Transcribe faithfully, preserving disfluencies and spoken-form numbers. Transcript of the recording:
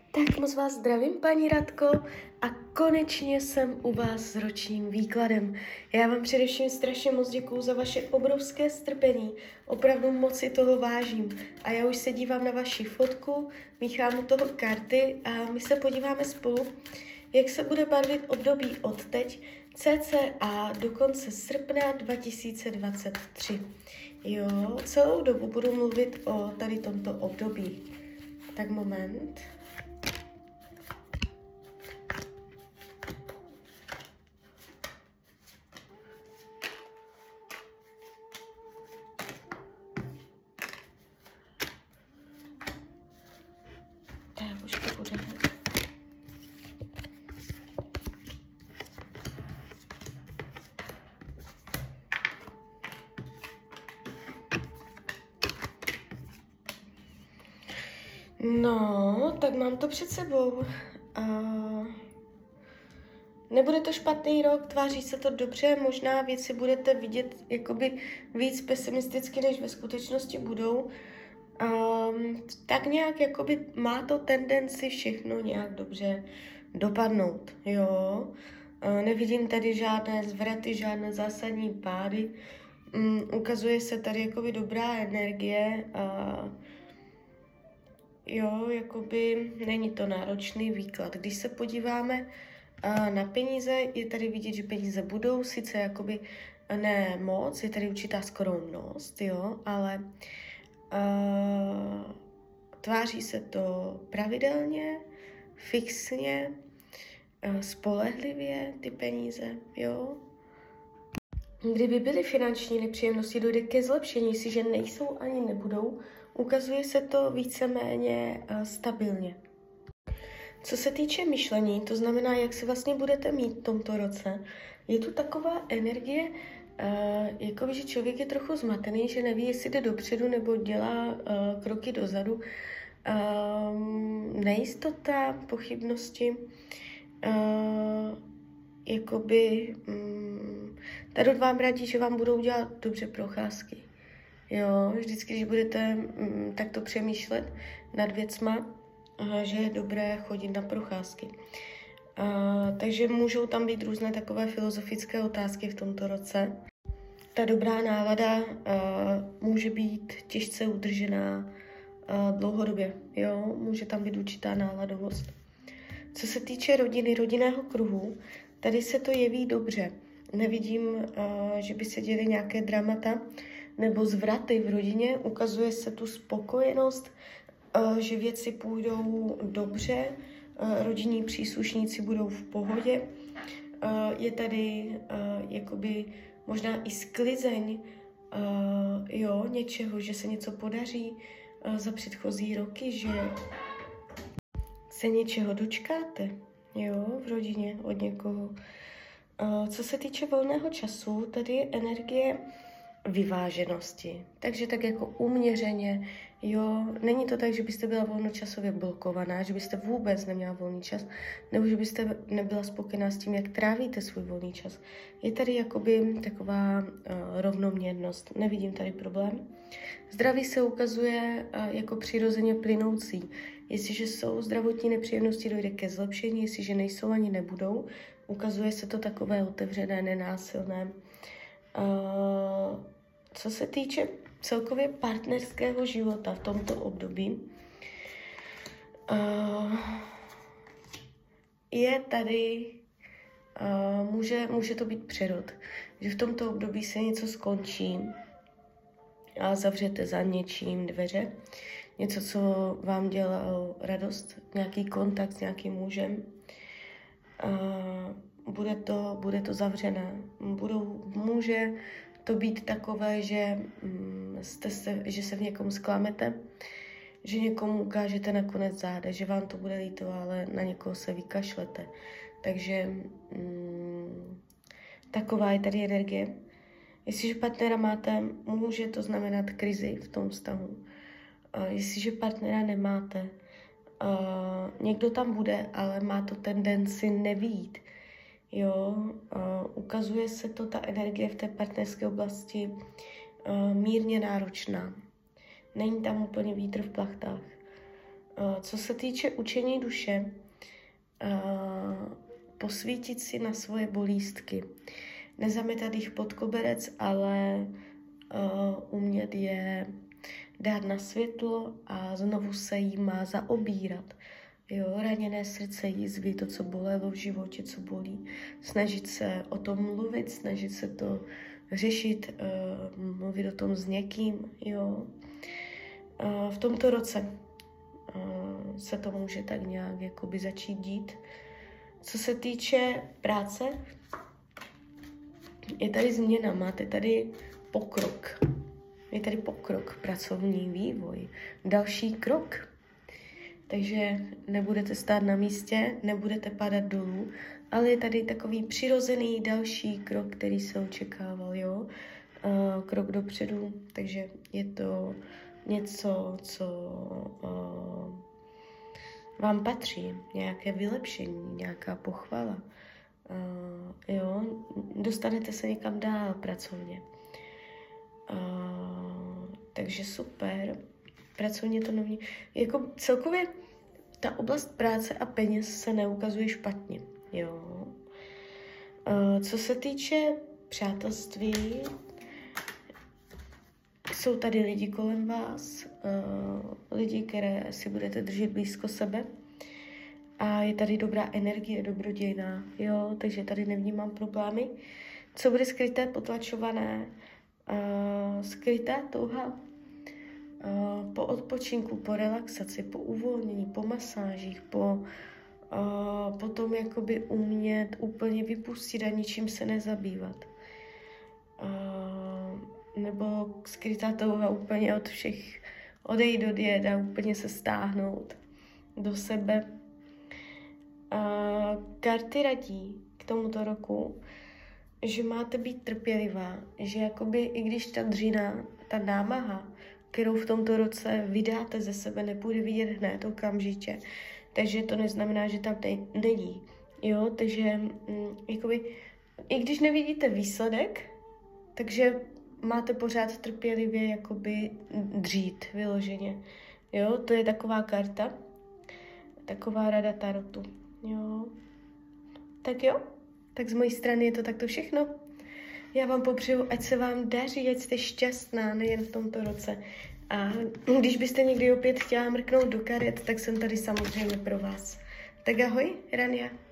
Tak moc vás zdravím, paní Radko, a konečně jsem u vás s ročním výkladem. Já vám především strašně moc děkuju za vaše obrovské strpení, opravdu moc si toho vážím. A já už se dívám na vaši fotku, míchám u toho karty a my se podíváme spolu, jak se bude barvit období od teď, cca do konce srpna dva tisíce dvacet tři. Jo, celou dobu budu mluvit o tady tomto období. Tak moment. Tak, už to bude. No, tak mám to před sebou. Uh, nebude to špatný rok, tváří se to dobře, možná věci budete vidět jakoby víc pesimisticky, než ve skutečnosti budou. Um, tak nějak jakoby má to tendenci všechno nějak dobře dopadnout, jo. Uh, nevidím tady žádné zvraty, žádné zásadní pády. Um, ukazuje se tady jakoby dobrá energie a jo, jakoby není to náročný výklad. Když se podíváme uh, na peníze, je tady vidět, že peníze budou, sice jakoby ne moc, je tady určitá skromnost, jo, ale uh, tváří se to pravidelně, fixně, uh, spolehlivě ty peníze, jo. Kdyby byly finanční nepříjemnosti, dojde ke zlepšení, jestliže nejsou ani nebudou, ukazuje se to víceméně uh, stabilně. Co se týče myšlení, to znamená, jak se vlastně budete mít v tomto roce, je tu taková energie, uh, jako že člověk je trochu zmatený, že neví, jestli jde dopředu nebo dělá uh, kroky dozadu. Uh, nejistota, pochybnosti, uh, jakoby um, tady vám radí, že vám budou dělat dobře procházky. Jo, vždycky, když budete um, takto přemýšlet nad věcma, uh, že je dobré chodit na procházky. Uh, takže můžou tam být různé takové filozofické otázky v tomto roce. Ta dobrá nálada uh, může být těžce udržená uh, dlouhodobě. Jo, může tam být určitá náladovost. Co se týče rodiny, rodinného kruhu, tady se to jeví dobře. Nevidím, uh, že by se děly nějaké dramata nebo zvraty v rodině. Ukazuje se tu spokojenost, uh, že věci půjdou dobře, uh, rodinní příslušníci budou v pohodě. Uh, je tady uh, jakoby možná i sklizeň uh, jo, něčeho, že se něco podaří uh, za předchozí roky, že se něčeho dočkáte, jo, v rodině od někoho. Uh, co se týče volného času, tady je energie vyváženosti. Takže tak jako uměřeně, jo, není to tak, že byste byla volnočasově blokovaná, že byste vůbec neměla volný čas, nebo že byste nebyla spokojená s tím, jak trávíte svůj volný čas. Je tady jakoby taková uh, rovnoměrnost, nevidím tady problém. Zdraví se ukazuje uh, jako přirozeně plynoucí. Jestliže jsou zdravotní nepříjemnosti, dojde ke zlepšení, jestliže nejsou ani nebudou, ukazuje se to takové otevřené, nenásilné. Uh, co se týče celkově partnerského života v tomto období, uh, je tady, uh, může, může to být přerod, že v tomto období se něco skončí a zavřete za něčím dveře, něco, co vám dělalo radost, nějaký kontakt s nějakým mužem, uh, bude to, bude to zavřené. Budou, může to být takové, že, um, jste se, že se v někom zklamete, že někomu ukážete nakonec záda, že vám to bude líto, ale na někoho se vykašlete. Takže um, taková je tady energie. Jestliže partnera máte, může to znamenat krizi v tom vztahu. Uh, jestliže partnera nemáte, uh, někdo tam bude, ale má to tendenci nevít. Jo, uh, ukazuje se to, ta energie v té partnerské oblasti uh, mírně náročná. Není tam úplně vítr v plachtách. Uh, co se týče učení duše, uh, posvítit si na svoje bolístky. Nezametat jich pod koberec, ale uh, umět je dát na světlo a znovu se jí má zaobírat. Jo, raněné srdce, jízvy, to, co bolelo v životě, co bolí. Snažit se o tom mluvit, snažit se to řešit, uh, mluvit o tom s někým, jo. Uh, v tomto roce uh, se to může tak nějak jakoby začít dít. Co se týče práce, je tady změna, máte tady pokrok. Je tady pokrok, pracovní vývoj, další krok. Takže nebudete stát na místě, nebudete padat dolů, ale je tady takový přirozený další krok, který se očekával, jo? Uh, krok dopředu, takže je to něco, co uh, vám patří, nějaké vylepšení, nějaká pochvala. Uh, jo? Dostanete se někam dál pracovně. Uh, takže super. Pracovně to nový. Jako celkově ta oblast práce a peněz se neukazuje špatně. Jo. Uh, co se týče přátelství, jsou tady lidi kolem vás, uh, lidi, které si budete držet blízko sebe. A je tady dobrá energie, dobrodějná, jo, takže tady nevnímám problémy. Co bude skryté, potlačované, uh, skrytá touha uh, po odpočinku, po relaxaci, po uvolnění, po masážích, po, uh, po tom jakoby umět úplně vypustit a ničím se nezabývat. Uh, nebo skrytá touha úplně od všech odejít do diet a úplně se stáhnout do sebe. Uh, karty radí k tomuto roku, že máte být trpělivá, že jakoby i když ta dřina, ta námaha, kterou v tomto roce vydáte ze sebe, nepůjde vidět hned okamžitě, takže to neznamená, že tam ne- není, jo, takže mm, jakoby, i když nevidíte výsledek, takže máte pořád trpělivě jakoby dřít vyloženě, jo, to je taková karta, taková rada tarotu. Jo. Tak jo, tak z mojí strany je to takto všechno. Já vám popřeju, ať se vám daří, ať jste šťastná, nejen v tomto roce. A když byste někdy opět chtěla mrknout do karet, tak jsem tady samozřejmě pro vás. Tak ahoj, Rania.